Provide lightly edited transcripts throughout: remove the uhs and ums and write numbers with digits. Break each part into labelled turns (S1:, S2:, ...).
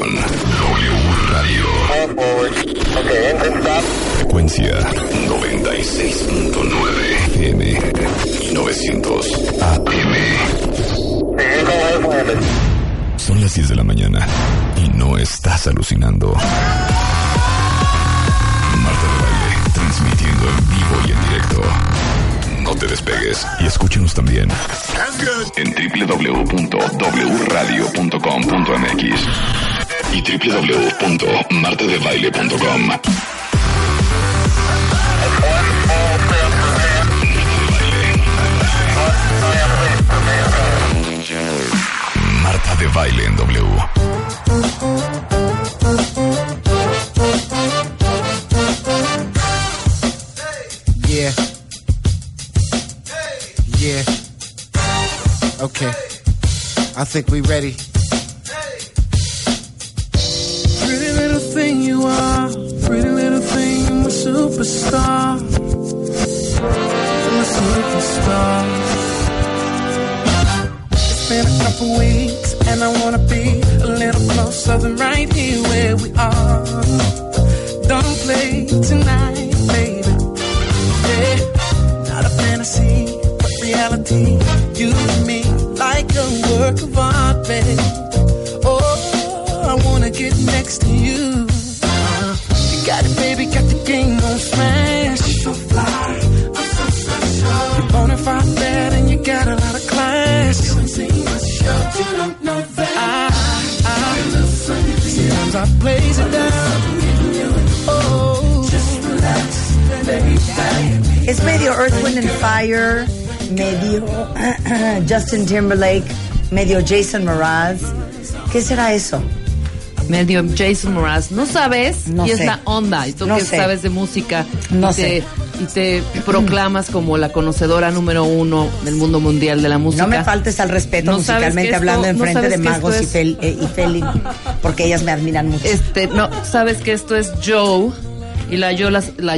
S1: con W Radio. Frecuencia 96.9 FM y 900 AM. Son las 10 de la mañana y no estás alucinando. Marta de Baile, transmitiendo en vivo y en directo. No te despegues y escúchanos también en www.wradio.com.mx y www.martadebaile.com. Marta de Baile en W.
S2: Yeah. Yeah. Okay. I think we ready. Pretty little thing you are. Pretty little thing, you're my superstar. You're my superstar. It's been a couple weeks and I wanna be a little closer than right here where we are. Don't play tonight, baby. Yeah. Not a fantasy, but reality. You and me like a work of art, babe. Oh, I wanna get next to you. You got it, baby, got the game on smash. I'm so fly, I'm so special. You're bonafide bad and you got a lot of class. You ain't seen my show, you don't know that. Sometimes I blaze it down. Oh, just relax, baby.
S3: Es medio Earth, Wind and Fire, medio Justin Timberlake, medio Jason Mraz. ¿Qué será eso?
S4: Medio Jason Mraz. ¿No sabes?
S3: No
S4: y
S3: sé.
S4: Es la onda. Y tú
S3: No
S4: que
S3: sé.
S4: sabes de música.
S3: No
S4: y
S3: sé.
S4: Y te proclamas como la conocedora número uno del mundo mundial de la música.
S3: No me faltes al respeto
S4: No sabes
S3: musicalmente
S4: que esto-
S3: hablando en
S4: no
S3: frente
S4: sabes
S3: de
S4: que
S3: Magos
S4: esto
S3: y Feli, porque ellas me admiran mucho.
S4: No, sabes que esto es Joe y la Yola.
S3: La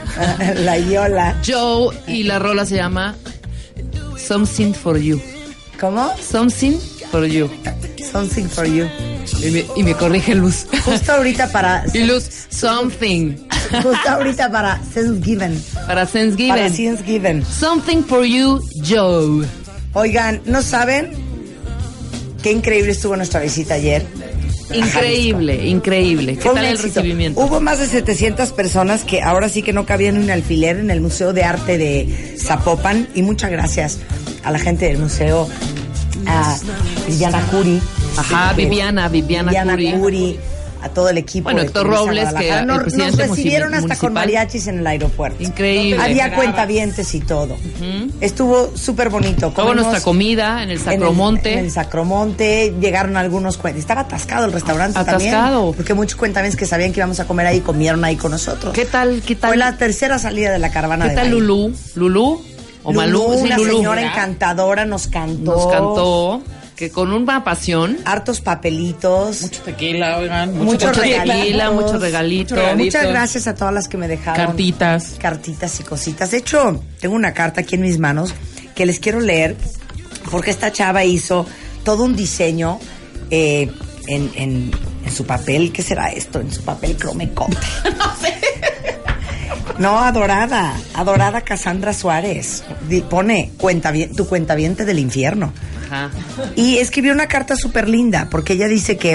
S3: Yola.
S4: Joe y la rola se llama Something for You.
S3: ¿Cómo?
S4: Something for You.
S3: Something for you.
S4: Y me corrige Luz.
S3: Justo ahorita para...
S4: Y Luz, Something.
S3: Justo ahorita para Thanksgiving.
S4: Para Thanksgiving.
S3: Para Thanksgiving.
S4: Something for You, Joe.
S3: Oigan, ¿no saben qué increíble estuvo nuestra visita ayer?
S4: Increíble, increíble. ¿Qué
S3: Fue un
S4: tal el
S3: éxito.
S4: recibimiento?
S3: Hubo más de 700 personas que ahora sí que no cabían en un alfiler en el Museo de Arte de Zapopan. Y muchas gracias a la gente del museo, a Viviana Curi.
S4: Ajá, Viviana
S3: Curi, a todo el equipo.
S4: Bueno,
S3: de
S4: Héctor
S3: Turismo
S4: Robles,
S3: Guadalajara.
S4: que
S3: nos
S4: presidente
S3: recibieron hasta
S4: municipal.
S3: con mariachis en el aeropuerto.
S4: Increíble.
S3: Había cuentavientes y todo. Estuvo súper bonito.
S4: Luego
S3: Comimos
S4: nuestra comida en el Sacromonte.
S3: En el Sacromonte llegaron algunos cuentas. Estaba atascado el restaurante
S4: Atascado.
S3: también. Porque muchos cuentavientes que sabían que íbamos a comer ahí comieron ahí con nosotros.
S4: ¿Qué tal?
S3: Fue la tercera salida de la caravana
S4: ¿Qué
S3: de
S4: tal
S3: baile.
S4: Lulú? ¿Lulú? ¿O
S3: Lulú,
S4: Malú? Sí,
S3: una
S4: Lulú.
S3: señora encantadora, nos cantó.
S4: Nos cantó que con una pasión.
S3: Hartos papelitos.
S5: Mucho tequila, oigan.
S3: Mucho
S4: tequila, mucho regalito.
S3: Muchas gracias a todas las que me dejaron cartitas y cositas. De hecho, tengo una carta aquí en mis manos que les quiero leer porque esta chava hizo todo un diseño en su papel. ¿Qué será esto? En su papel Cromecote.
S5: No sé.
S3: No, adorada Cassandra Suárez. Pone tu cuentaviente del infierno.
S4: Ajá.
S3: Y escribió una carta súper linda, porque ella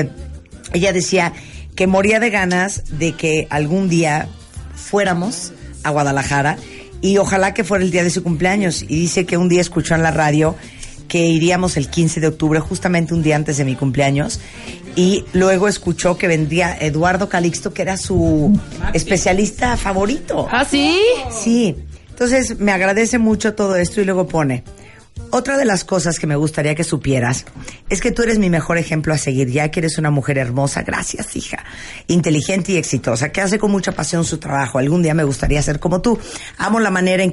S3: decía que moría de ganas de que algún día fuéramos a Guadalajara y ojalá que fuera el día de su cumpleaños. Y dice que un día escuchó en la radio que iríamos el 15 de octubre, justamente un día antes de mi cumpleaños. Y luego escuchó que vendría Eduardo Calixto, que era su especialista favorito.
S4: ¿Ah, sí?
S3: Sí. Entonces me agradece mucho todo esto y luego pone: otra de las cosas que me gustaría que supieras es que tú eres mi mejor ejemplo a seguir, ya que eres una mujer hermosa, gracias hija, inteligente y exitosa, que hace con mucha pasión su trabajo. Algún día me gustaría ser como tú. Amo la manera en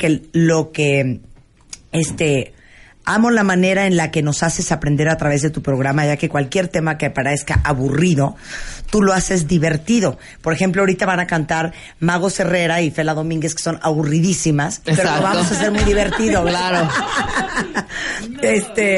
S3: la que nos haces aprender a través de tu programa, ya que cualquier tema que parezca aburrido, tú lo haces divertido. Por ejemplo, ahorita van a cantar Magos Herrera y Fela Domínguez, que son aburridísimas, pero lo
S4: Exacto.
S3: vamos a hacer muy divertido.
S4: Claro.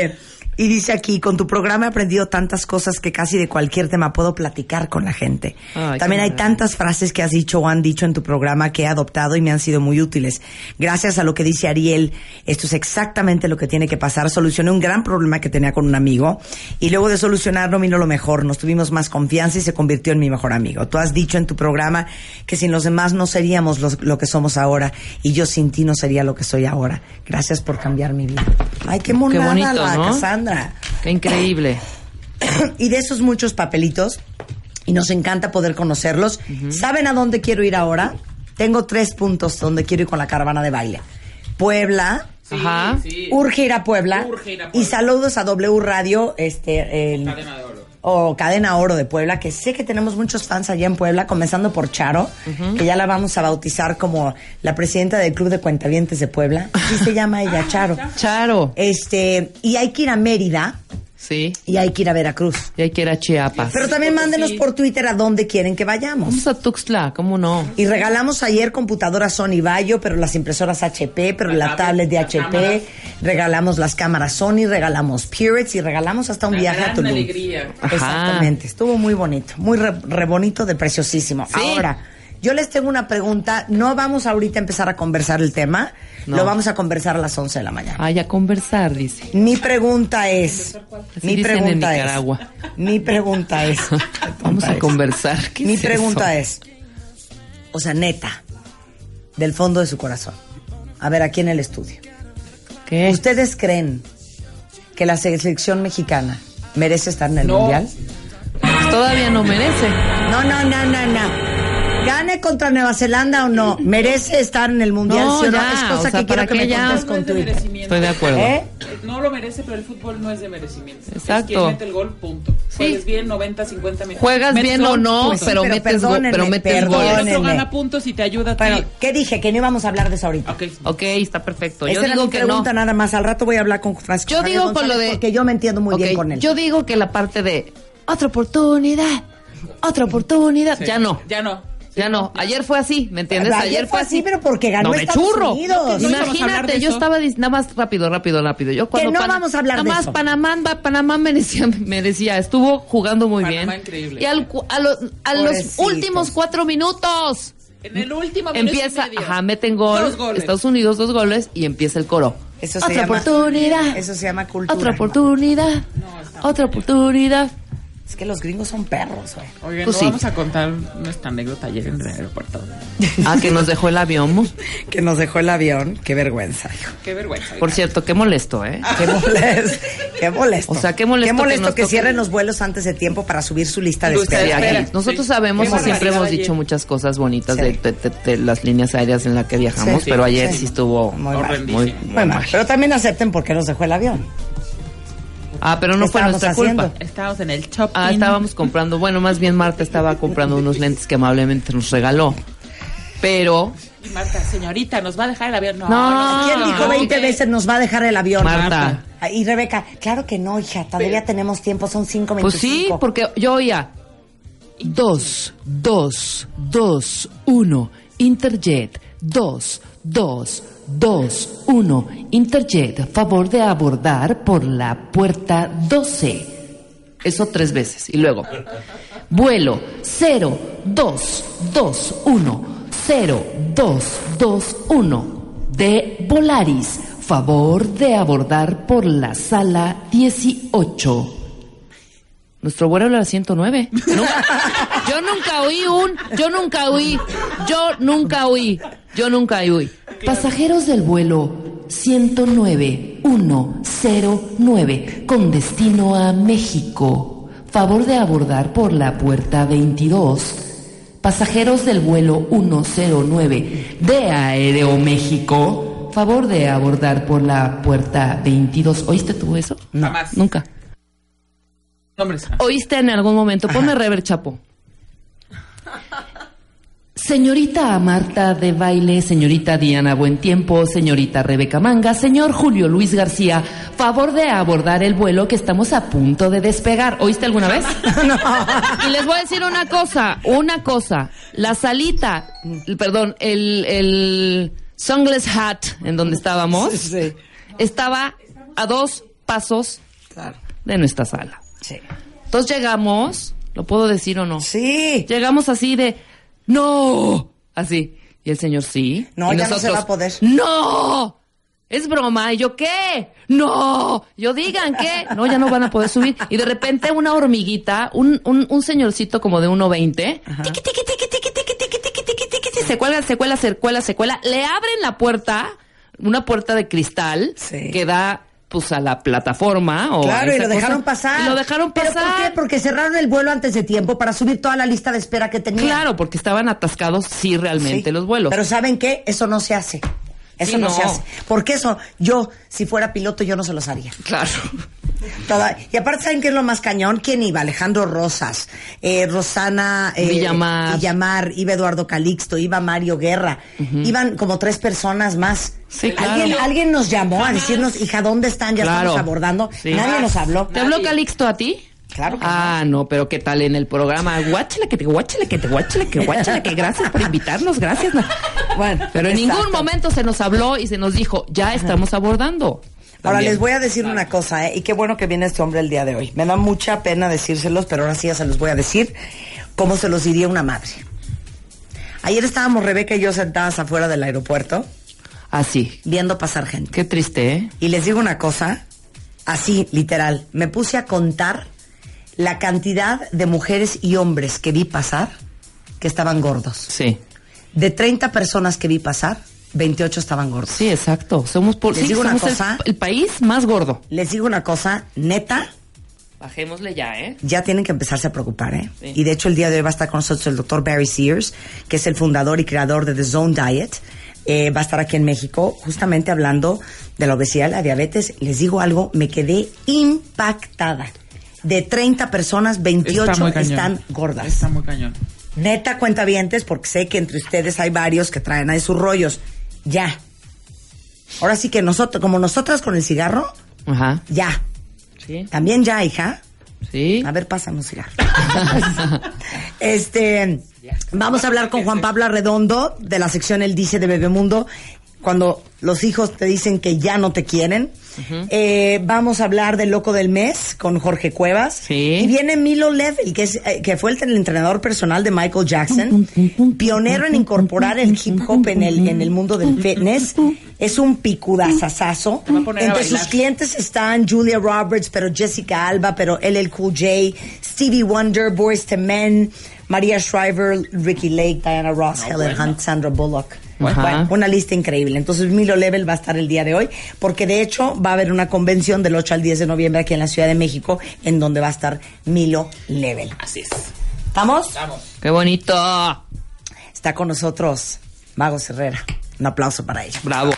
S3: Y dice aquí, con tu programa he aprendido tantas cosas que casi de cualquier tema puedo platicar con la gente.
S4: Ay,
S3: también hay tantas frases que has dicho o han dicho en tu programa que he adoptado y me han sido muy útiles. Gracias a lo que dice Ariel, esto es exactamente lo que tiene que pasar. Solucioné un gran problema que tenía con un amigo y luego de solucionarlo vino lo mejor. Nos tuvimos más confianza y se convirtió en mi mejor amigo. Tú has dicho en tu programa que sin los demás no seríamos lo que somos ahora y yo sin ti no sería lo que soy ahora. Gracias por cambiar mi vida. Ay, qué monada,
S4: Qué bonito,
S3: la
S4: ¿no?
S3: Cassandra.
S4: Qué increíble.
S3: Y de esos muchos papelitos, y nos encanta poder conocerlos. ¿Saben a dónde quiero ir ahora? Tengo 3 puntos donde quiero ir con la caravana de baile. Puebla.
S4: Ajá.
S5: Sí.
S3: Urge ir a Puebla.
S5: Urge ir a Puebla.
S3: Y saludos a W Radio,
S5: Cadena de Oro.
S3: o Cadena Oro de Puebla, que sé que tenemos muchos fans allá en Puebla, comenzando por Charo, que ya la vamos a bautizar como la presidenta del Club de Cuentavientes de Puebla. Así se llama ella, Charo.
S4: Charo.
S3: Y hay que ir a Mérida
S4: Sí.
S3: y hay que ir a Veracruz.
S4: Y hay que ir a Chiapas.
S3: Pero también mándenos por Twitter a dónde quieren que vayamos.
S4: Vamos a Tuxtla, ¿cómo no?
S3: Y regalamos ayer computadoras Sony Vaio, pero las impresoras HP, pero la tablet de HP.
S5: cámaras.
S3: Regalamos las cámaras Sony, regalamos Purex y regalamos hasta un
S5: Una
S3: viaje a
S5: gran
S3: Tulum.
S5: alegría.
S4: Ajá.
S3: Exactamente. Estuvo muy bonito. Muy re bonito, de preciosísimo.
S4: Sí.
S3: Ahora, yo les tengo una pregunta. No vamos ahorita a empezar a conversar el tema.
S4: No.
S3: Lo vamos a conversar a las 11 de la mañana.
S4: Ay, a conversar, dice.
S3: Mi pregunta es...
S4: Así dicen en Nicaragua.
S3: Mi pregunta es...
S4: Vamos a conversar. ¿Qué
S3: Mi
S4: es
S3: pregunta
S4: eso?
S3: es, o sea, neta, del fondo de su corazón. A ver, aquí en el estudio.
S4: ¿Qué?
S3: ¿Ustedes creen que la selección mexicana merece estar en el Mundial?
S4: Todavía no merece.
S3: No. Gane contra Nueva Zelanda o no, merece estar en el Mundial,
S4: No,
S3: ¿sí o no?
S4: ya,
S3: Es cosa
S4: o sea,
S3: que quiero
S4: ¿para
S3: que
S4: qué
S3: me
S4: ya?
S3: contes
S5: No
S3: con
S5: es de
S3: Twitter.
S5: merecimiento.
S4: Estoy de acuerdo.
S3: ¿Eh?
S5: No lo merece, pero el fútbol no es de merecimiento.
S4: Exacto.
S5: Es quien mete el gol, punto. Juegues bien 90, 50 minutos.
S4: Juegas
S5: Metes
S4: bien o
S5: gol,
S4: no,
S5: pues sí,
S4: pero metes gol,
S3: perdónenme,
S4: gol.
S5: Y el otro
S3: perdónenme.
S5: gana puntos y te ayuda a ti.
S3: Bueno, ¿qué dije? Que no íbamos a hablar de eso ahorita.
S5: Ok.
S4: Ok, está perfecto. Yo
S3: Esa era
S4: digo
S3: mi
S4: que
S3: pregunta
S4: no.
S3: nada más. Al rato voy a hablar con Francisco
S4: Yo
S3: Javier
S4: digo con
S3: González,
S4: lo de...
S3: porque yo me entiendo muy bien
S4: Ok,
S3: con él.
S4: Yo digo que la parte de otra oportunidad, ya no.
S5: Ya no.
S4: Ya no. Ayer fue así, ¿me entiendes?
S3: Ayer fue así, pero porque ganó
S4: no, me
S3: Estados
S4: churro.
S3: Unidos.
S5: No íbamos a hablar
S4: Imagínate,
S5: de
S4: yo
S5: eso.
S4: estaba nada más rápido. Yo cuando
S3: no vamos a hablar
S4: nada
S3: de
S4: más
S3: eso.
S4: Panamá merecía, estuvo jugando muy
S5: Panamá
S4: bien.
S5: increíble.
S4: Y a los
S3: Pobrecitos.
S4: últimos 4 minutos
S5: En el último minuto
S4: empieza,
S5: y medio.
S4: meten gol,
S5: 2 goles.
S4: Estados Unidos 2 goles y empieza el coro.
S3: Eso se
S4: Otra
S3: llama-
S4: oportunidad.
S3: Eso se llama cultura.
S4: Otra oportunidad. Otra oportunidad.
S3: Es que los gringos son perros, güey.
S5: Oigan,
S4: Pues
S5: no
S4: sí.
S5: vamos a contar nuestra anécdota ayer en el aeropuerto.
S4: Que nos dejó el avión.
S3: Que nos dejó el avión. Qué vergüenza, hijo.
S5: Qué vergüenza.
S4: Por cierto, qué molesto, ¿eh?
S3: Qué molesto. Qué molesto.
S4: O sea, qué molesto
S3: Qué molesto
S4: que nos
S3: que
S4: toque-
S3: cierren los vuelos antes de tiempo para subir su lista de
S5: Lista de
S3: espera.
S5: espera.
S4: Aquí. Nosotros
S5: Sí.
S4: sabemos
S5: Qué
S4: y siempre
S5: barbaridad
S4: hemos
S5: ayer.
S4: dicho muchas cosas bonitas
S3: Sí.
S4: de las líneas aéreas en las que viajamos,
S3: Sí.
S4: pero ayer
S3: Sí.
S4: sí estuvo
S3: Muy mal.
S5: Horrendísimo.
S3: Muy mal. Pero también acepten por qué nos dejó el avión.
S4: pero no
S3: ¿Qué
S4: fue
S3: estábamos
S4: nuestra
S3: haciendo?
S4: culpa.
S5: Estábamos en el shopping.
S4: Estábamos comprando, bueno, más bien Marta estaba comprando unos lentes que amablemente nos regaló. Pero,
S5: Y Marta, señorita, ¿nos va a dejar el avión?
S4: No.
S3: ¿Quién dijo 20 veces nos va a dejar el avión?
S4: Marta.
S3: Y Rebeca, claro que no, hija, todavía tenemos tiempo, son 5:25.
S4: pues sí, porque yo oía 2, 2, 2, 1, Interjet, 2, 2, 2, 1, Interjet, favor de abordar por la puerta 12. Eso 3 veces. Y luego, vuelo 0, 2, 2, 1, 0, 2, 2, 1, de Volaris, favor de abordar por la sala 18. Nuestro vuelo era 109. Yo nunca oí. Pasajeros del vuelo 109 con destino a México. Favor de abordar por la puerta 22. Pasajeros del vuelo 109 de Aeroméxico. Favor de abordar por la puerta 22. ¿Oíste tú eso?
S3: No.
S5: Jamás.
S4: Nunca.
S5: Nombres.
S4: ¿Oíste en algún momento? Ponme rever, Chapo. Señorita Marta de Baile, señorita Diana Buentiempo, señorita Rebeca Manga, señor Julio Luis García, favor de abordar el vuelo que estamos a punto de despegar. ¿Oíste alguna vez?
S3: No.
S4: Y les voy a decir una cosa. La salita, perdón, el Sunglass Hat en donde estábamos,
S3: Sí.
S4: estaba a 2 pasos
S3: Claro.
S4: de nuestra sala.
S3: Sí.
S4: Entonces llegamos, ¿lo puedo decir o no?
S3: Sí.
S4: Llegamos así de, ¡no! Así. Y el señor, sí.
S3: No,
S4: y
S3: ya no se va a poder.
S4: ¡No! Es broma. ¿Y yo qué? ¡No! Yo digan qué. No, ya no van a poder subir. Y de repente una hormiguita, un señorcito como de 1.20, tiqui, tiqui, tiqui, tiqui, tiqui, tiqui, tiqui, tiqui, tiqui, se cuela. Le abren la puerta, una puerta de cristal,
S3: Sí.
S4: que da pues a la plataforma. O
S3: Claro,
S4: a
S3: y
S4: esa
S3: lo dejaron
S4: cosa.
S3: pasar.
S4: Y lo dejaron
S3: ¿Pero
S4: pasar.
S3: por qué? Porque cerraron el vuelo antes de tiempo para subir toda la lista de espera que tenían.
S4: Claro, porque estaban atascados, sí, realmente,
S3: Sí.
S4: los vuelos.
S3: Pero ¿saben qué? Eso no se hace. Eso
S4: Sí,
S3: no
S4: no.
S3: se hace. Porque eso, yo, si fuera piloto, yo no se los haría.
S4: Claro.
S3: Y aparte, ¿saben qué es lo más cañón? ¿Quién iba? Alejandro Rosas, Rosana
S4: Villamar.
S3: iba Eduardo Calixto, iba Mario Guerra. Iban como 3 personas más.
S4: Sí, claro.
S3: ¿Alguien nos llamó a decirnos, hija, ¿dónde están? Ya
S4: Claro.
S3: estamos abordando.
S4: Sí.
S3: Nadie nos habló.
S4: ¿Te habló Calixto a ti?
S3: Claro que
S4: Ah, no, pero ¿qué tal en el programa? Guáchale, que gracias por invitarnos, gracias.
S3: Bueno,
S4: Pero en
S3: exacto.
S4: ningún momento se nos habló y se nos dijo, ya estamos abordando.
S3: Ahora
S4: También.
S3: les voy a decir una cosa, y qué bueno que viene este hombre el día de hoy. Me da mucha pena decírselos, pero ahora sí ya se los voy a decir cómo se los diría una madre. Ayer estábamos Rebeca y yo sentadas afuera del aeropuerto
S4: Así.
S3: viendo pasar gente.
S4: Qué triste, ¿eh?
S3: Y les digo una cosa, así, literal, me puse a contar la cantidad de mujeres y hombres que vi pasar que estaban gordos.
S4: Sí.
S3: De 30 personas que vi pasar, 28 estaban gordos.
S4: Sí, exacto. Somos
S3: Les digo una
S4: somos
S3: cosa.
S4: el país más gordo.
S3: Les digo una cosa, neta,
S4: Bajémosle ya, ¿eh?
S3: ya tienen que empezarse a preocupar, ¿eh?
S4: Sí.
S3: Y de hecho el día de hoy va a estar con nosotros el doctor Barry Sears, que es el fundador y creador de The Zone Diet. Va a estar aquí en México justamente hablando de la obesidad y la diabetes. Les digo algo, me quedé impactada. De 30 personas, 28
S5: Está muy cañón.
S3: están gordas.
S5: Está muy cañón.
S3: Neta, cuentavientes, porque sé que entre ustedes hay varios que traen ahí sus rollos. Ya. Ahora sí que nosotros, como nosotras con el cigarro,
S4: Ajá.
S3: ya.
S4: Sí.
S3: También ya, hija.
S4: Sí.
S3: A ver, pásame un cigarro. Vamos a hablar con Juan Pablo Arredondo de la sección Él Dice de Bebemundo. Cuando los hijos te dicen que ya no te quieren. Vamos a hablar del Loco del Mes con Jorge Cuevas.
S4: Sí.
S3: Y viene Milo Level, que fue el entrenador personal de Michael Jackson, pionero en incorporar el hip hop en el mundo del fitness. Es un picudazazazo.
S5: va a poner a
S3: Entre
S5: bailar.
S3: sus clientes están Julia Roberts, pero Jessica Alba, pero LL Cool J, Stevie Wonder, Boyz II Men, Maria Shriver, Ricky Lake, Diana Ross, Helen Hunt, Sandra Bullock.
S4: Ajá.
S3: Bueno, una lista increíble. Entonces Milo Level va a estar el día de hoy, porque de hecho va a haber una convención del 8 al 10 de noviembre aquí en la Ciudad de México, en donde va a estar Milo Level.
S5: Así es.
S3: ¿Estamos?
S5: Vamos.
S4: Qué bonito.
S3: Está con nosotros Magos Herrera. Un aplauso para ella.
S4: Bravo.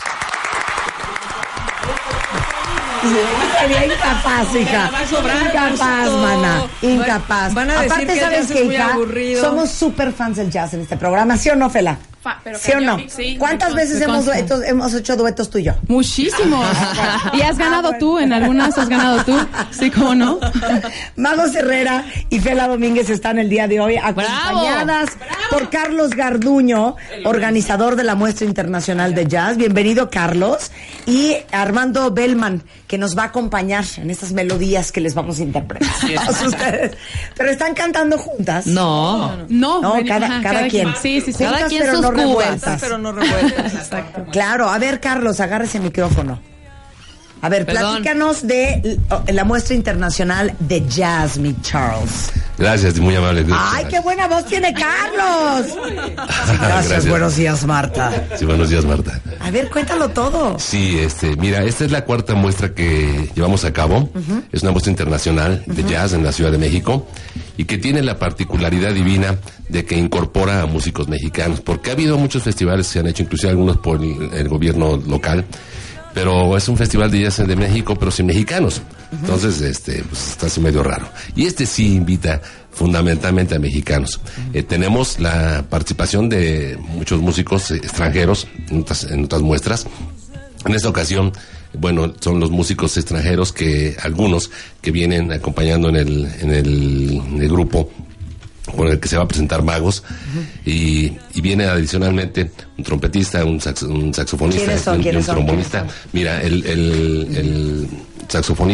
S3: Sería incapaz, hija.
S5: Va a sobrar,
S3: Incapaz,
S5: Marcito.
S3: mana. Incapaz.
S6: Van a decir
S3: Aparte,
S6: que el
S3: ¿sabes
S6: jazz es
S3: qué,
S6: muy
S3: hija?
S6: aburrido.
S3: Somos súper fans del jazz en este programa, ¿sí o no, Fela?
S5: Pero
S3: ¿Sí o no?
S5: cañón, sí,
S3: ¿Cuántas
S5: me
S3: veces
S5: consta.
S3: hemos hecho duetos tú y yo?
S6: Muchísimos. Y has ganado tú, en algunas has ganado tú. Sí, ¿cómo no?
S3: Magos Herrera y Fela Domínguez están el día de hoy acompañadas por Carlos Garduño, organizador de la Muestra Internacional de Jazz. Bienvenido, Carlos. Y Armando Bellman, que nos va a acompañar en estas melodías que les vamos a interpretar. Todos ustedes. Pero están cantando juntas.
S4: No.
S6: No,
S3: No,
S6: ven-
S3: cada
S6: ajá,
S3: quien.
S6: Sí, sí, sí.
S3: Juntas,
S4: Cada quien
S3: pero
S4: sus
S3: no
S4: cubes.
S3: revueltas.
S6: Pero no revueltas. Exacto.
S3: Claro, a ver, Carlos, agárrese el micrófono. A ver,
S4: Perdón.
S3: platícanos de la Muestra Internacional de Jazz, mi Charles.
S7: Gracias, muy amable.
S3: ¡Ay, qué buena voz tiene Carlos! Gracias,
S7: Gracias.
S3: buenos días, Marta.
S7: Sí, buenos días, Marta.
S3: A ver, cuéntalo todo.
S7: Sí, mira, esta es la cuarta muestra que llevamos a cabo. Es una muestra internacional de jazz en la Ciudad de México y que tiene la particularidad divina de que incorpora a músicos mexicanos, porque ha habido muchos festivales que se han hecho, inclusive algunos por el gobierno local, pero es un festival de jazz de México, pero sin mexicanos. Entonces, pues está así medio raro. Y sí invita fundamentalmente a mexicanos. Tenemos la participación de muchos músicos extranjeros en otras muestras. En esta ocasión, bueno, son los músicos extranjeros algunos que vienen acompañando en el grupo con el que se va a presentar Magos, y viene adicionalmente un trompetista, un saxofonista
S3: ¿Quiénes son?
S7: y un
S3: ¿Quiénes son?
S7: trombonista.
S3: ¿Quiénes son?
S7: Mira, el saxofonista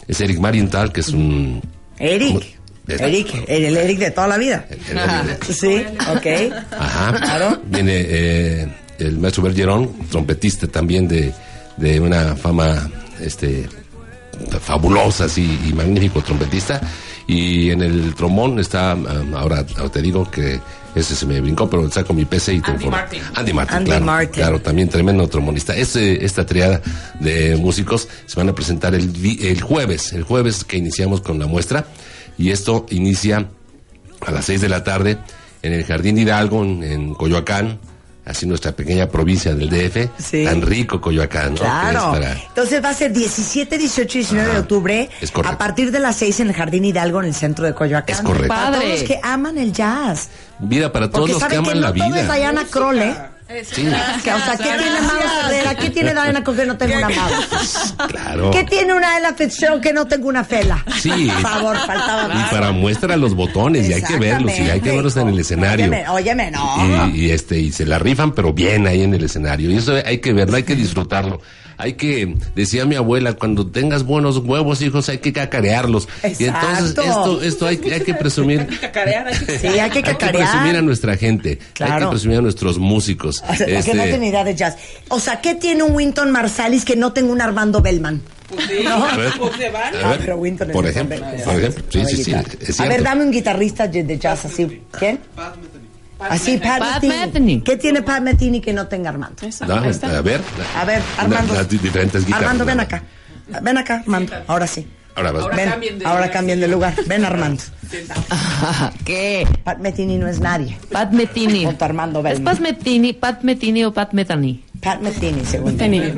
S7: es Eric Marienthal, que es un...
S3: Eric, el Eric de toda la vida. Sí, ok.
S7: Ajá.
S3: Claro.
S7: Viene el maestro Bergeron, trompetista también de una fama fabulosa, así, y magnífico trompetista. Y en el trombón está, ahora te digo que ese se me brincó, pero saco mi PC y tengo Andy Martin, claro, también tremendo trombonista. Esta triada de músicos se van a presentar el jueves que iniciamos con la muestra, y esto inicia a las 6 de la tarde en el Jardín Hidalgo, en Coyoacán, así nuestra pequeña provincia del DF,
S3: sí.
S7: Tan rico Coyoacán, ¿no?
S3: Claro. Entonces va a ser 17, 18 y 19 de octubre, a partir de las 6 en el Jardín Hidalgo, en el centro de Coyoacán.
S7: Es correcto.
S3: Para todos los que aman el jazz.
S7: Vida para todos los que aman la vida.
S3: Porque saben que no todo es Diana Kroll, ¿eh?
S7: Sí.
S3: ¿Qué tiene Mauro Cervera? ¿Qué tiene Diana Kroll que no tengo una Mauro?
S7: Claro.
S3: ¿Qué tiene una Ella Fitzgerald que no tengo una Fela?
S7: Sí.
S3: Por favor, faltaba más.
S7: Y para muestra los botones, y hay que verlos, y hay que verlos en el escenario.
S3: Óyeme, no.
S7: Y se la rifan, pero bien ahí en el escenario. Y eso hay que verlo, hay que disfrutarlo. Hay que, decía mi abuela, cuando tengas buenos huevos, hijos, hay que cacarearlos.
S3: Exacto.
S7: Y entonces esto hay que presumir.
S5: Hay que cacarear.
S3: Sí, hay que
S7: Hay que
S3: cacarear.
S7: presumir a nuestra gente.
S3: Claro.
S7: Hay que presumir a nuestros músicos.
S3: O sea, que no tienen idea de jazz. O sea, ¿qué tiene un Wynton Marsalis que no tenga un Armando Bellman?
S5: Pues sí,
S3: ¿No?
S5: pues se van.
S7: A ver,
S3: pero Wynton es
S7: por
S3: un
S7: ejemplo,
S3: hombre.
S7: sí, es
S3: A
S7: cierto.
S3: ver, dame un guitarrista de jazz así. ¿Quién? Así, Pat Metheny.
S4: Metheny.
S3: ¿Qué tiene Pat Metheny que no tenga Armando?
S7: No, a ver,
S3: Armando.
S7: las diferentes guitarras.
S3: Armando, ven acá. Ven acá, Armando. Ahora sí.
S7: Ahora vas.
S3: Ahora cambien de lugar. Ven, Armando.
S4: ¿Qué?
S3: Pat Metheny no es nadie.
S4: Pat Metheny.
S3: Junto a Armando
S4: ¿Es
S3: Bellman.
S4: Pat Metheny o Pat Metheny?
S3: Pat Metheny, según
S4: Metheny.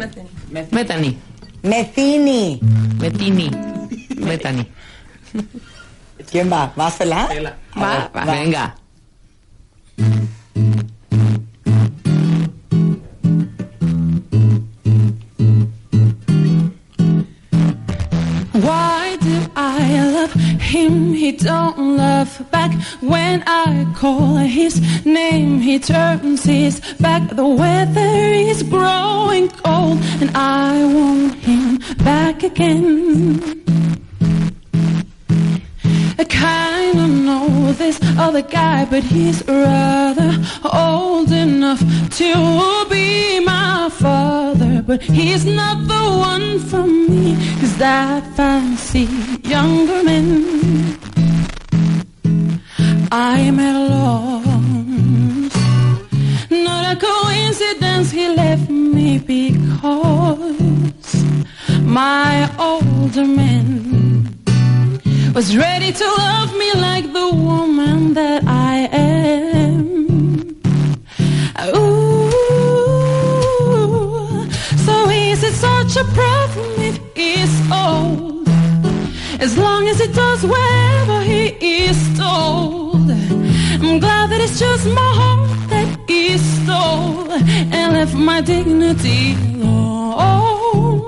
S3: ¿Quién va? ¿Vas, Fela?
S4: Va. Venga.
S6: Why do I love him? He don't love back. When I call his name, he turns his back. The weather is growing cold, and I want him back again. I kinda know this other guy, but he's rather old enough to be my father. But he's not the one for me, 'cause that fancy younger man I'm at a loss. Not a coincidence, he left me because my older man was ready to love me like the woman that I am. Ooh, so is it such a problem if he's old? As long as he does whatever he is told. I'm glad that it's just my heart that he stole and left my dignity alone.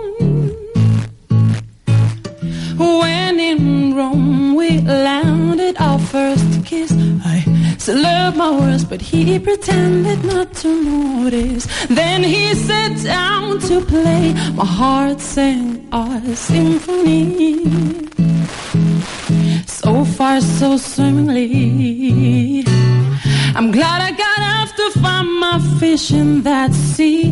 S6: When in Rome we landed our first kiss, I slurred my words, but he pretended not to notice. Then he sat down to play. My heart sang our symphony. So far, so swimmingly. I'm glad I got off to find my fish in that sea.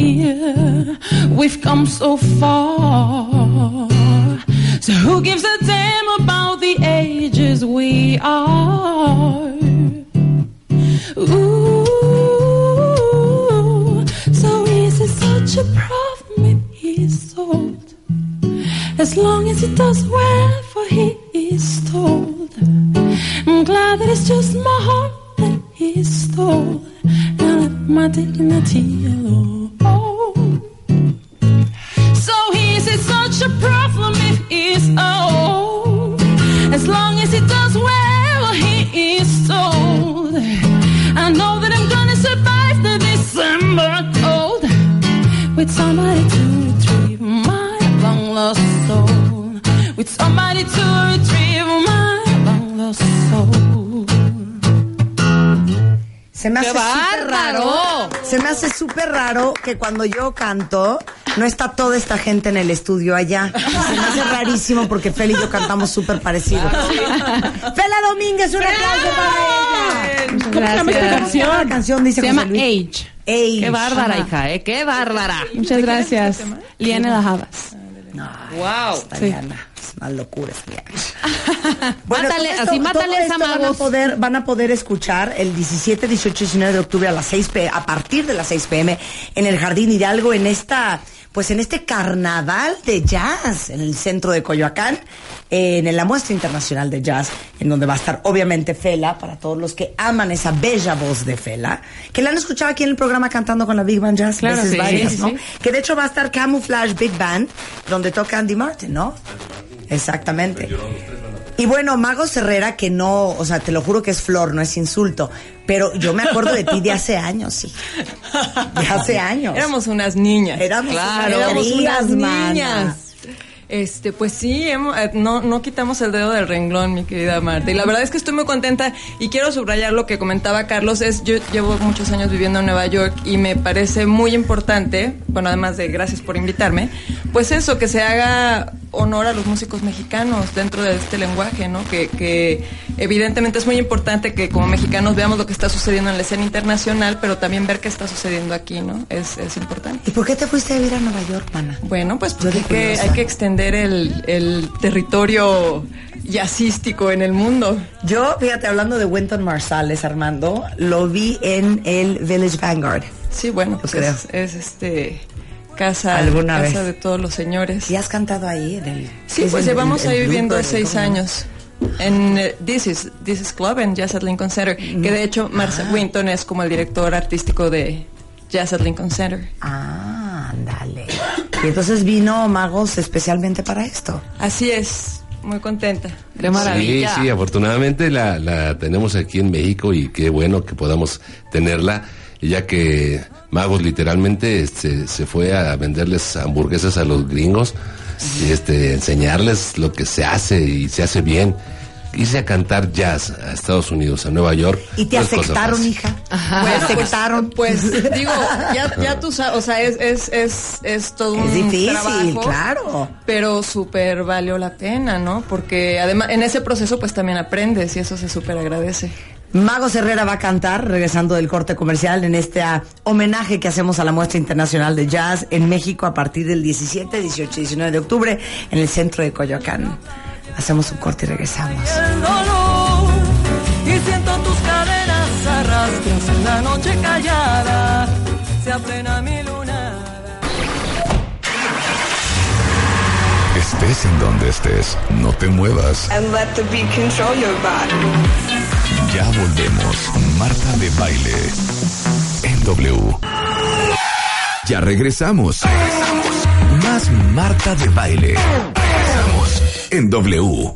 S6: We've come so far. So who gives a damn about the ages we are? Ooh, so is it such a problem if he's old? As long as he does whatever he is told. I'm glad that it's just my heart that he stole and left my dignity alone. So is it such a problem if he's old? As long as he does whatever he is told. I know that I'm gonna survive the December cold with somebody to retrieve my long lost soul. With somebody to retrieve my long lost soul.
S3: Se me hace súper raro. Se me hace súper raro que cuando yo canto no está toda esta gente en el estudio allá. Se me hace rarísimo porque Fel y yo cantamos súper parecido. Fela Domínguez, un aplauso para ella.
S5: ¿Cómo se llama esta canción?
S3: La canción dice
S6: Se
S3: José
S6: llama
S3: Luis.
S6: Age.
S3: Age.
S4: Qué bárbara,
S3: Ajá.
S4: hija, qué bárbara.
S6: Muchas gracias. Liane Lajabas.
S5: Wow.
S3: Diana, es una locura esta Diana.
S4: Mátale,
S3: todo
S4: así, mátales
S3: todo
S4: a
S3: esto
S4: magos.
S3: van a poder escuchar el 17, 18 y 19 de octubre a las 6 p.m. a partir de las 6 p.m. en el Jardín Hidalgo en este carnaval de jazz en el centro de Coyoacán, en la muestra internacional de jazz, en donde va a estar obviamente Fela, para todos los que aman esa bella voz de Fela, que la han escuchado aquí en el programa cantando con la Big Band Jazz,
S6: Claro,
S3: veces
S6: sí,
S3: varias,
S6: sí,
S3: ¿no?
S6: sí.
S3: Que de hecho va a estar Camouflage Big Band, donde toca Andy Martin, ¿no? Exactamente. Y bueno, Magos Herrera, que no, o sea, te lo juro que es flor, no es insulto, pero yo me acuerdo de ti de hace años, sí. De hace años.
S8: Éramos unas niñas.
S3: Éramos
S8: Éramos
S3: unas
S8: unas
S3: mana.
S8: niñas. Pues sí, no quitamos el dedo del renglón, mi querida Marta. Y la verdad es que estoy muy contenta y quiero subrayar lo que comentaba Carlos. Yo llevo muchos años viviendo en Nueva York y me parece muy importante, bueno, además de gracias por invitarme, pues eso, que se haga honor a los músicos mexicanos dentro de este lenguaje, ¿no? Que evidentemente es muy importante que como mexicanos veamos lo que está sucediendo en la escena internacional, pero también ver qué está sucediendo aquí, ¿no? Es importante.
S3: ¿Y por qué te fuiste a vivir a Nueva York, mana?
S8: Bueno, pues
S3: Yo de
S8: porque
S3: curiosa.
S8: hay que extender el territorio jazzístico en el mundo.
S3: Yo, fíjate, hablando de Wynton Marsalis, Armando, lo vi en el Village Vanguard.
S8: Sí, bueno, pues
S3: creo.
S8: es casa
S3: ¿Alguna vez?
S8: de todos los señores.
S3: ¿Y has cantado ahí en el...?
S8: Sí,
S3: es
S8: pues
S3: el-
S8: llevamos
S3: el
S8: ahí viviendo
S3: Bluebird,
S8: 6
S3: ¿cómo se llama?
S8: años. En This is Club, en Jazz at Lincoln Center, que de hecho Marcel Winton es como el director artístico de Jazz at Lincoln Center.
S3: Ah, ándale. Y entonces vino Magos especialmente para esto.
S8: Así es, muy contenta.
S4: Qué maravilla.
S7: Sí, afortunadamente la tenemos aquí en México y qué bueno que podamos tenerla, ya que Magos literalmente se fue a venderles hamburguesas a los gringos y enseñarles lo que se hace y se hace bien. Irse a cantar jazz a Estados Unidos, a Nueva York.
S3: ¿Y te
S7: no es cosa
S3: aceptaron,
S7: fácil.
S3: hija?
S8: Bueno,
S3: ¿Te aceptaron?
S8: Pues digo, ya tú sabes, o sea, es todo un
S3: Es difícil,
S8: trabajo,
S3: claro.
S8: pero súper valió la pena, ¿no? Porque además en ese proceso pues también aprendes y eso se súper agradece.
S3: Magos Herrera va a cantar, regresando del corte comercial, en este homenaje que hacemos a la Muestra Internacional de Jazz en México a partir del 17, 18 y 19 de octubre en el centro de Coyoacán. Hacemos un corte y regresamos.
S2: El dolor y siento tus cadenas arrastras en la noche callada, se aplena mi luna.
S1: Estés en donde estés, no te muevas.
S9: And let the beat control your body.
S1: Ya volvemos. Marta de Baile en W. Ya regresamos. Más Marta de Baile. Regresamos en W.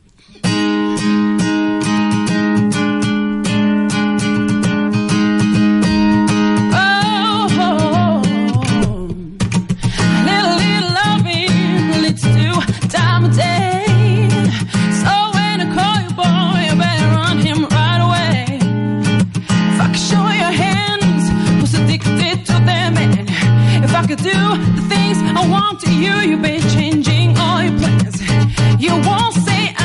S6: Little loving leads to time of day. So when I call you, boy, you better run him right away. If I could show your hands, who's addicted to them, and if I could do the things I want to you, you'd be changing all your plans. You won't say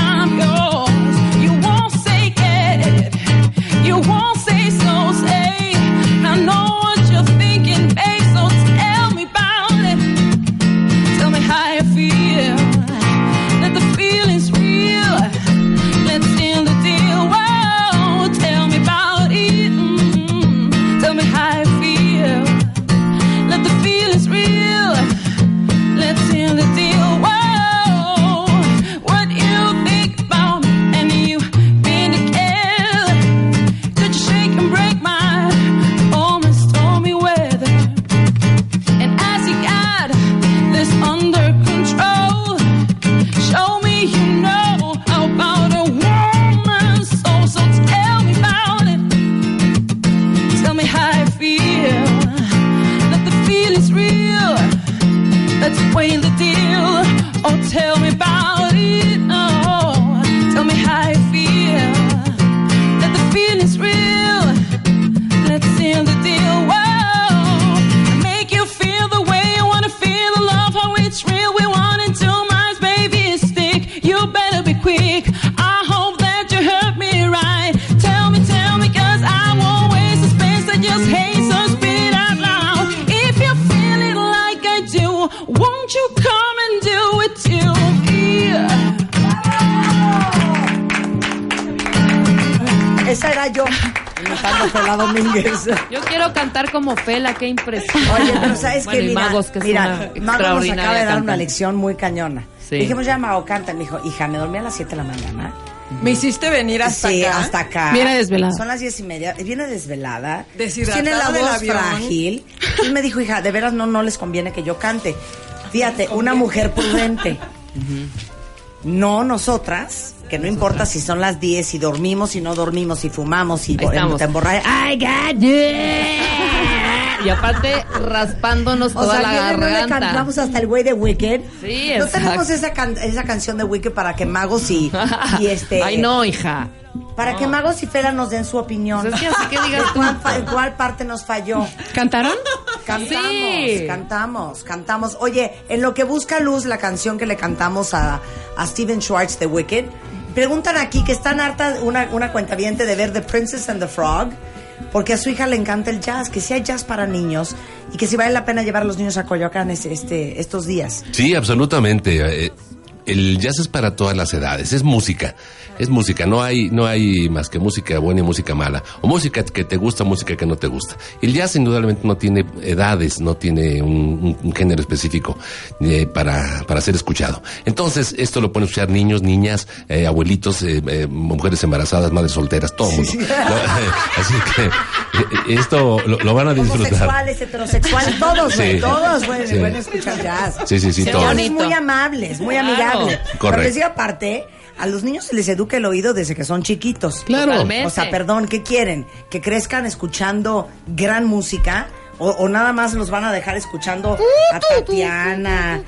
S3: era yo, imitando a Fela Domínguez.
S4: Yo quiero cantar como Fela, qué impresión.
S3: Oye, pero ¿sabes
S4: Bueno,
S3: qué?
S4: y
S3: Mira,
S4: Magos, que es
S3: mira,
S4: una
S3: Mago nos
S4: extraordinaria
S3: acaba de dar una
S4: cantante.
S3: lección muy cañona.
S4: Sí.
S3: Dijimos, ya, Mago, canta. Me dijo, hija, me dormí a las 7 de la mañana.
S8: Me hiciste venir hasta
S3: Sí,
S8: acá.
S3: hasta acá.
S5: Viene desvelada.
S3: Son las 10:30. Viene desvelada.
S8: Deshidratada
S3: Tiene la
S8: del
S3: voz
S8: avión.
S3: frágil. Y me dijo, hija, de veras no les conviene que yo cante. Fíjate, una mujer prudente. No nosotras, que no importa si son las 10, si dormimos, si no dormimos, si fumamos, si
S4: Ahí estamos.
S3: te emborrachas.
S4: I got you. Y aparte raspándonos
S3: O
S4: toda
S3: sea,
S4: la
S3: viene, no le
S4: garganta.
S3: cantamos hasta el güey de Wicked.
S4: Sí,
S3: no
S4: exacto.
S3: tenemos esa canción de Wicked para que Magos y
S4: Ay, no, hija.
S3: para que Magos y Fela nos den su opinión.
S4: Pues es que así que digas
S3: ¿De
S4: tú.
S3: cuál parte nos falló?
S5: ¿Cantaron?
S4: Sí.
S3: Cantamos. Oye, en lo que busca Luz, la canción que le cantamos a Steven Schwartz de Wicked, preguntan aquí que están harta una cuentaviente de ver The Princess and the Frog, porque a su hija le encanta el jazz, que si hay jazz para niños y que si vale la pena llevar a los niños a Coyoacán estos días.
S7: Sí, absolutamente. El jazz es para todas las edades, es música, no hay más que música buena y música mala, o música que te gusta, música que no te gusta. El jazz indudablemente no tiene edades, no tiene un género específico para ser escuchado. Entonces, esto lo pueden escuchar niños, niñas, abuelitos, mujeres embarazadas, madres solteras, todo el mundo. Así que esto lo van a disfrutar.
S3: Homosexuales, heterosexuales, todos, güey,
S7: Sí.
S3: todos
S7: Sí.
S3: pueden escuchar jazz.
S7: Sí,
S3: Señores
S4: bonito.
S3: muy amables, muy
S4: Claro.
S3: amigables.
S7: Correcto.
S3: Pero les digo aparte, a los niños se les educa el oído desde que son chiquitos.
S7: Claro.
S4: Totalmente.
S3: O sea, perdón, ¿qué quieren? ¿Que crezcan escuchando gran música? O nada más los van a dejar escuchando a Tatiana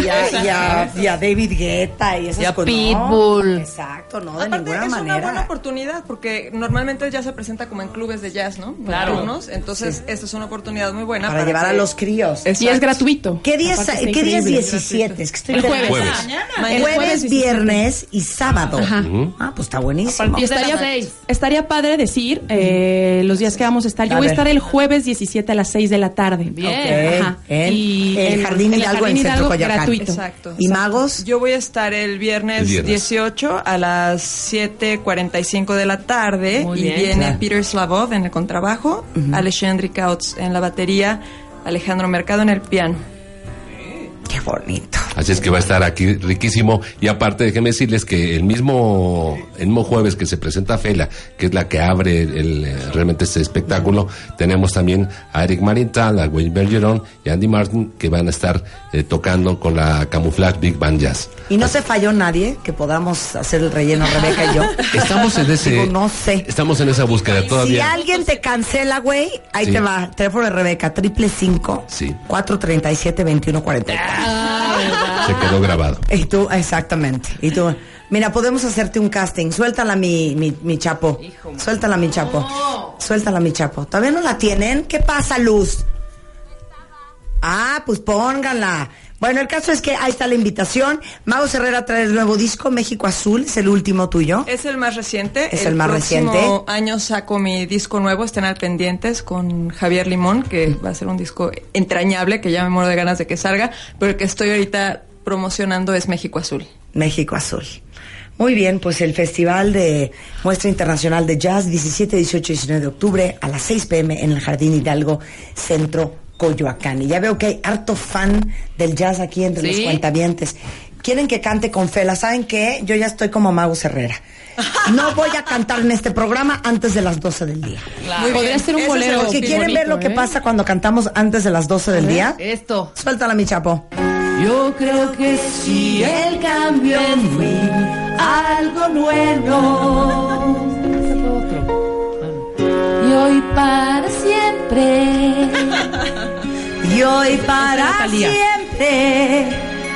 S3: y a David Guetta y esas
S4: Y a
S3: cosas.
S4: Pitbull.
S3: No, exacto, no, de
S8: Aparte,
S3: ninguna
S8: es
S3: manera.
S8: una buena oportunidad porque normalmente ya se presenta como en clubes de jazz, ¿no?
S4: Claro.
S8: Nocturnos. Entonces, esta es una oportunidad muy buena
S3: para llevar
S8: que-
S3: a los críos.
S5: Y es gratuito.
S3: ¿Qué día es
S5: Aparte está
S3: 17? Es que estoy
S5: El jueves.
S7: Jueves.
S8: Mañana.
S5: El
S3: Jueves,
S5: 17.
S3: viernes y sábado.
S5: Ajá.
S3: Ah, pues está buenísimo.
S5: Y estaría padre decir los días que vamos a estar. Yo
S3: A
S5: voy a
S3: ver.
S5: estar el jueves 17 a las 6 de la tarde.
S4: Bien.
S3: Ok, en el Jardín Hidalgo en Centro Coyoacán.
S5: gratuito.
S8: Exacto.
S3: ¿Y Magos?
S8: Yo voy a estar el viernes 18 a las 7:45 de la tarde.
S4: Muy
S8: y
S4: bien.
S8: viene
S3: Claro.
S8: Peter Slavov en el contrabajo, Alexandre Kautz en la batería, Alejandro Mercado en el piano.
S3: Qué bonito.
S7: Así es que va a estar aquí riquísimo. Y aparte, déjenme decirles que el mismo jueves que se presenta Fela, que es la que abre realmente este espectáculo, tenemos también a Eric Marienthal, a Wayne Bergeron y a Andy Martin, que van a estar tocando con la Camouflage Big Band Jazz.
S3: ¿Y no se falló nadie que podamos hacer el relleno, Rebeca y yo?
S7: Estamos en ese...
S3: Digo, no sé.
S7: Estamos en esa búsqueda
S3: Si
S7: todavía.
S3: alguien te cancela, güey, ahí
S7: Sí.
S3: te va. Teléfono de Rebeca, 555
S7: Sí.
S3: 437 2144.
S7: Se quedó grabado.
S3: Y tú, exactamente. Y tú, mira, podemos hacerte un casting. Suéltala, mi chapo. Suéltala, mi chapo. Suéltala, mi chapo. ¿Todavía no la tienen? ¿Qué pasa, Luz? Ah, pues pónganla. Bueno, el caso es que ahí está la invitación. Mago Herrera trae el nuevo disco, México Azul, es el último tuyo.
S8: Es el más reciente.
S3: Es el más reciente.
S8: El próximo año saco mi disco nuevo, estén al pendientes, con Javier Limón, que va a ser un disco entrañable, que ya me muero de ganas de que salga, pero el que estoy ahorita promocionando es México Azul.
S3: México Azul. Muy bien, pues el Festival de Muestra Internacional de Jazz, 17, 18 y 19 de octubre, a las 6 p.m. en el Jardín Hidalgo, Centro Coyoacán. Y ya veo que hay harto fan del jazz aquí entre
S4: Sí.
S3: los cuentavientes. Quieren que cante con Fela. ¿Saben qué? Yo ya estoy como Mago Herrera. No voy a cantar en este programa antes de las 12 del día.
S5: Podría ser un
S8: Ese es
S5: bolero.
S3: Los que
S5: bien
S3: quieren ver
S5: bonito,
S3: lo que
S5: ¿eh?
S3: pasa cuando cantamos antes de las 12 del día,
S4: Esto.
S3: suéltala, mi chapo.
S4: Yo creo que sí, el cambio fue algo nuevo. Y hoy para siempre.
S3: Y hoy para
S5: Talía.
S3: siempre.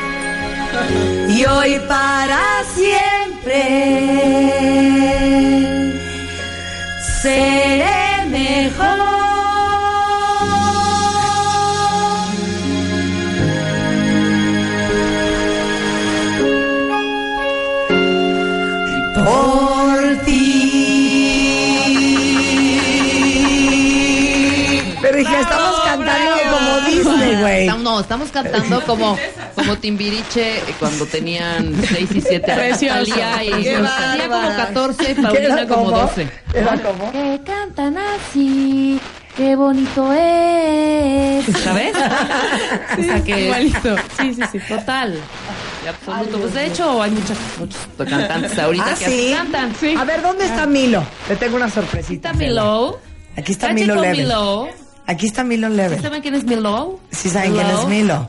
S3: Y hoy para siempre. Seré mejor. Por ti. Pero dije, estamos cantando como Disney, güey.
S4: Estamos cantando como como Timbiriche cuando tenían 6 y 7 años.
S5: Precioso.
S4: Talía y
S3: Qué
S4: Talía como
S3: bárbara.
S4: 14,
S3: ¿Qué
S4: Paulina
S3: era
S4: como
S3: cómo?
S4: 12.
S3: ¿Era cómo?
S4: Que cantan así, qué bonito es. ¿Sabes? O sea que
S5: Igualito. Sí.
S4: total. Y absoluto. Pues de hecho hay muchos cantantes ahorita
S3: Ah,
S4: que así
S3: ¿sí?
S4: cantan.
S3: A ver, ¿dónde está Milo? Le tengo una sorpresita.
S4: Está Milo.
S3: Aquí está
S4: Cache
S3: Milo
S4: con
S3: Level.
S4: Milo.
S3: Aquí está Milo Level.
S4: ¿Saben quién es Milo?
S3: Sí saben quién es Milo.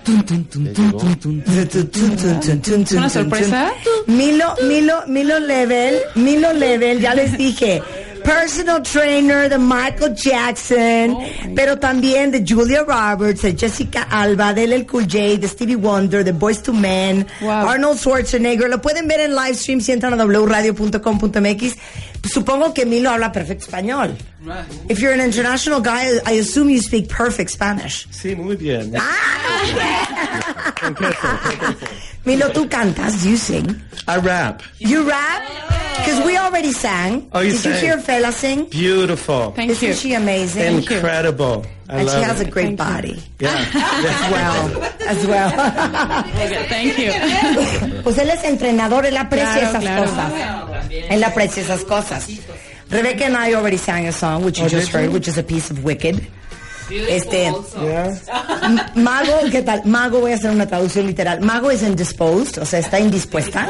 S5: ¿Una sorpresa?
S3: Milo Level, ya les dije. Personal trainer de Michael Jackson, pero también de Julia Roberts, de Jessica Alba, de LL Cool J, de Stevie Wonder, de Boyz II Men,
S5: Wow.
S3: Arnold Schwarzenegger. Lo pueden ver en live stream si entran a wradio.com.mx. Supongo que Milo habla perfecto español. If you're an international guy, I assume you speak perfect Spanish.
S10: Sí, muy bien.
S3: Milo, tú cantas, you sing.
S10: I rap.
S3: You rap? Because we already sang.
S10: Oh, you
S3: Did you
S10: sang?
S3: hear Fela sing?
S10: Beautiful.
S5: Thank
S3: Isn't
S5: you.
S3: she amazing?
S10: Incredible. I
S3: And she
S10: love
S3: has a
S10: it.
S3: great body
S10: Yeah.
S3: as well.
S5: Thank you.
S3: Pues él es entrenador, él aprecia
S5: Claro,
S3: esas
S5: claro.
S3: cosas. Él aprecia esas cosas. Rebecca and I already sang a song, which you just
S10: did you?
S3: heard, which is a piece of Wicked.
S10: Yeah.
S3: Mago, ¿qué tal? Mago, voy a hacer una traducción literal. Mago is indisposed, o sea, está indispuesta.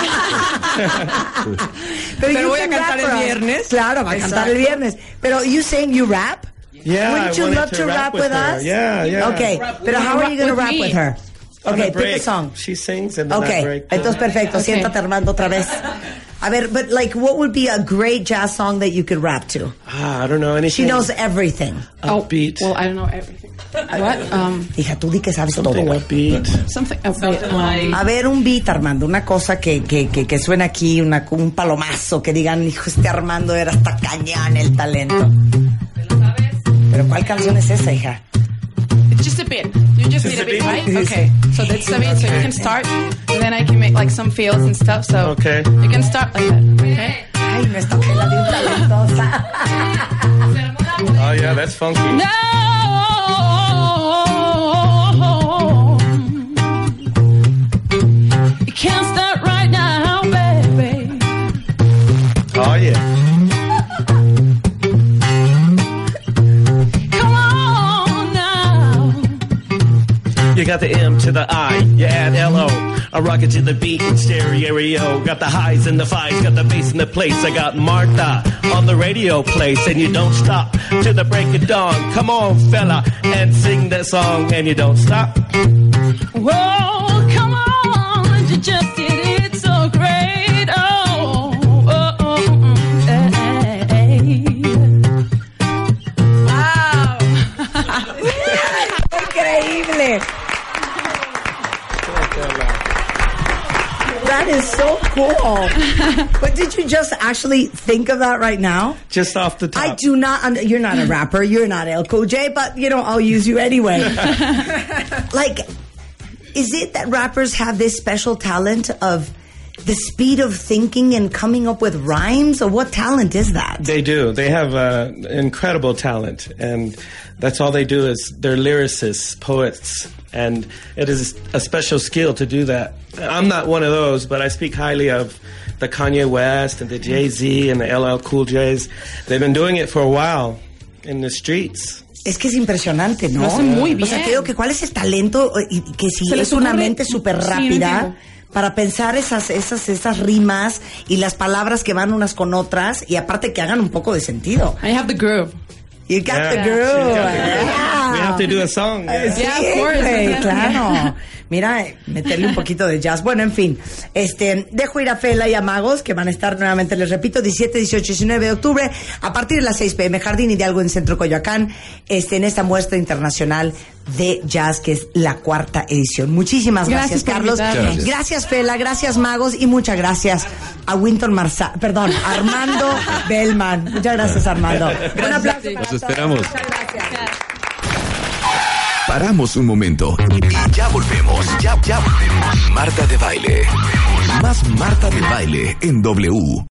S8: Pero
S3: you
S8: voy a
S3: can
S8: cantar
S3: rap
S8: el
S3: for us.
S8: viernes.
S3: Claro, va a cantar el
S8: Exacto.
S3: viernes. Pero you saying you rap?
S10: Yeah,
S3: Wouldn't
S10: I
S3: you
S10: wanted
S3: love to rap with
S10: her.
S3: us?
S10: Yeah.
S3: Okay, but how are you going to rap with her?
S10: On
S3: Okay,
S10: a
S3: pick a
S10: break.
S3: song.
S10: She sings and then I
S3: Okay,
S10: break.
S3: entonces perfecto.
S5: Okay.
S3: Siéntate, Armando, otra vez. A ver, but like, what would be a great jazz song that you could rap to?
S10: I don't know anything.
S3: She knows everything.
S10: Upbeat.
S5: Well, I don't know everything. What?
S3: Hija, tú di que sabes todo,
S10: Something
S3: güey.
S10: upbeat.
S5: Something. Okay.
S3: A ver, un beat, Armando, una cosa que suena aquí, un palomazo, que digan, hijo, este Armando era hasta cañón el talento. ¿Pero cuál canción es esa, hija?
S5: It's just a bit. You just need a bit, right? Okay. So that's the bit. So you can start, and then I can make like some fills and stuff. So
S10: Okay.
S5: you can start like that. Okay.
S3: Ay, nuestra Fela bien talentosa.
S10: Oh yeah, that's funky.
S6: No, you can't start right now, baby.
S10: Oh yeah.
S6: Come on now.
S10: You got the M to the I, you add L-O. I rock it to the beat in stereo. Got the highs and the fives, got the bass in the place. I got Martha on the radio place. And you don't stop till the break of dawn. Come on, fella, and sing that song. And you don't stop.
S6: Whoa, come on, you just did it so great. Wow.
S3: Increíble. That is so cool. But did you just actually think of that right now?
S10: Just off the top.
S3: I do not. You're not a rapper. You're not El Cool J, but I'll use you anyway. Like, is it that rappers have this special talent of the speed of thinking and coming up with rhymes, or what talent is that?
S10: They do. They have incredible talent, and that's all they do is they're lyricists, poets, and it is a special skill to do that. I'm not one of those, but I speak highly of the Kanye West and the Jay-Z and the LL Cool J's. They've been doing it for a while in the streets.
S3: Es que es impresionante, ¿no?
S5: Lo hacen muy
S3: O sea,
S5: bien.
S3: te digo que cuál es el talento y que si
S5: Se les
S3: es una
S5: ocurre-
S3: mente súper
S5: Sí, no
S3: rápida
S5: entiendo.
S3: para pensar esas rimas y las palabras que van unas con otras y aparte que hagan un poco de sentido.
S5: I have the groove.
S3: You got
S10: Yeah.
S3: the groove.
S10: Yeah. We have to do a song.
S3: Sí,
S5: Yeah, of course.
S3: güey, claro. Mira, meterle un poquito de jazz. Bueno, en fin, dejo ir a Fela y a Magos, que van a estar nuevamente, les repito, 17, 18 y 19 de octubre, a partir de las 6 p.m. Jardín Hidalgo en Centro Coyoacán, en esta muestra internacional de jazz, que es la 4ª edición. Muchísimas gracias,
S5: Gracias por
S3: Carlos.
S5: invitarnos.
S3: Gracias, Fela, gracias, Magos, y muchas gracias a Armando Bellman. Muchas gracias, Armando. Un aplauso para
S7: Los
S3: todos.
S7: esperamos.
S3: Muchas gracias.
S1: Paramos un momento y ya volvemos. Ya volvemos. Marta de Baile. Más Marta de Baile en W.